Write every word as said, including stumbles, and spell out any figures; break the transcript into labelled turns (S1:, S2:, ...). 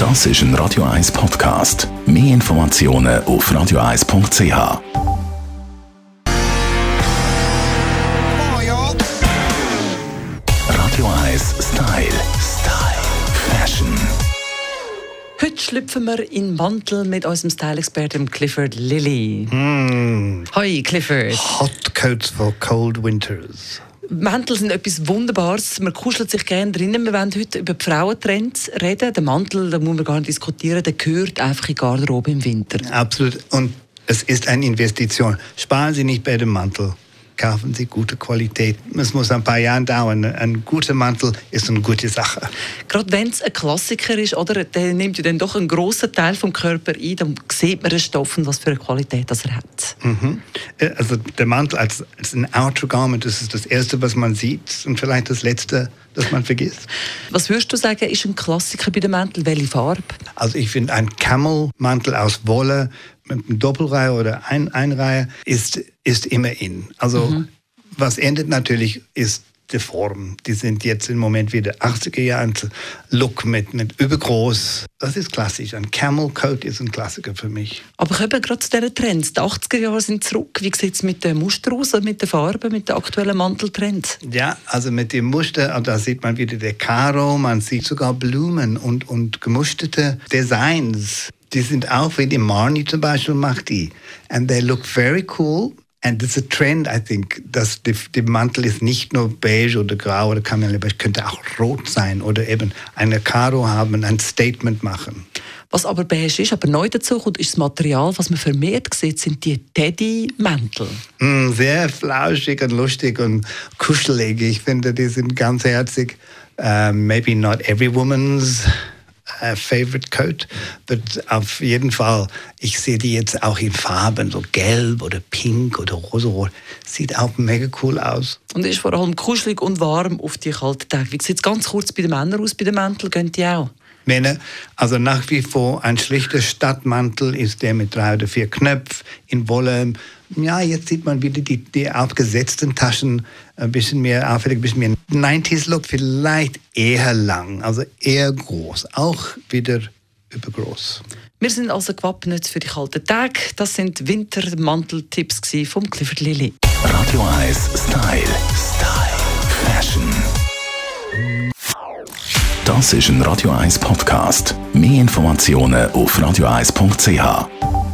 S1: Das ist ein Radio eins Podcast. Mehr Informationen auf radio eins punkt c h. Radio eins Style. Style. Fashion.
S2: Heute schlüpfen wir in den Mantel mit unserem Style-Experten Clifford Lilly.
S3: Mm.
S2: Hoi Clifford.
S3: Hot coats for cold winters.
S2: Mäntel sind etwas Wunderbares. Man kuschelt sich gerne drinnen. Wir wollen heute über die Frauentrends reden. Der Mantel, da muss man gar nicht diskutieren, der gehört einfach in die Garderobe im Winter.
S3: Absolut. Und es ist eine Investition. Sparen Sie nicht bei dem Mantel. Kaufen Sie gute Qualität. Es muss ein paar Jahre dauern. Ein guter Mantel ist eine gute Sache.
S2: Gerade wenn es ein Klassiker ist, oder, der nimmt ja dann doch einen grossen Teil vom Körper ein, dann sieht man den Stoff und was für eine Qualität das er hat.
S3: Mhm. Also der Mantel als, als ein Outer Garment, das ist das Erste, was man sieht und vielleicht das Letzte, das man vergisst.
S2: Was würdest du sagen, ist ein Klassiker bei dem Mantel? Welche Farbe?
S3: Also ich finde, ein Camel-Mantel aus Wolle mit einer Doppelreihe oder ein Einreihe ist, ist immer in. Also mhm. was endet natürlich ist die Form. Die sind jetzt im Moment wieder achtziger Jahre Look mit, mit übergroß. Das ist klassisch. Ein Camel Coat ist ein Klassiker für mich.
S2: Aber kommen gerade zu diesen Trends. Die achtziger Jahre sind zurück. Wie sieht es mit den Mustern aus, mit den Farben, mit den aktuellen Manteltrends?
S3: Ja, also mit dem Muster, da sieht man wieder der Karo, man sieht sogar Blumen und, und gemusterte Designs. Die sind auch, wie die Marni zum Beispiel macht die. And they look very cool. And it's a trend, I think, dass der Mantel ist nicht nur beige oder grau oder Kamel, aber es könnte auch rot sein oder eben eine Karo haben, ein Statement machen.
S2: Was aber beige ist, aber neu dazu kommt, ist das Material, was man vermehrt sieht, sind die Teddy-Mäntel.
S3: Mm, sehr flauschig und lustig und kuschelig. Ich finde, die sind ganz herzig. Uh, maybe not every woman's Uh, favorite coat, but auf jeden Fall, ich sehe die jetzt auch in Farben, so gelb oder pink oder rosarot. Sieht auch mega cool aus.
S2: Und ist vor allem kuschelig und warm auf die kalten Tage. Wie sieht es ganz kurz bei den Männern aus, bei den Mänteln? Gehen die auch?
S3: Männer, also nach wie vor ein schlichter Stadtmantel ist der mit drei oder vier Knöpfen in Wolle. Ja, jetzt sieht man wieder die, die aufgesetzten Taschen, ein bisschen mehr auffällig, ein bisschen mehr neunziger-Look, vielleicht eher lang, also eher groß, auch wieder übergroß.
S2: Wir sind also gewappnet für die kalten Tage. Das sind Wintermanteltipps von Clifford Lilly.
S1: Radio eins Style. Style. Fashion. Das ist ein Radio eins Podcast. Mehr Informationen auf radio eins punkt c h.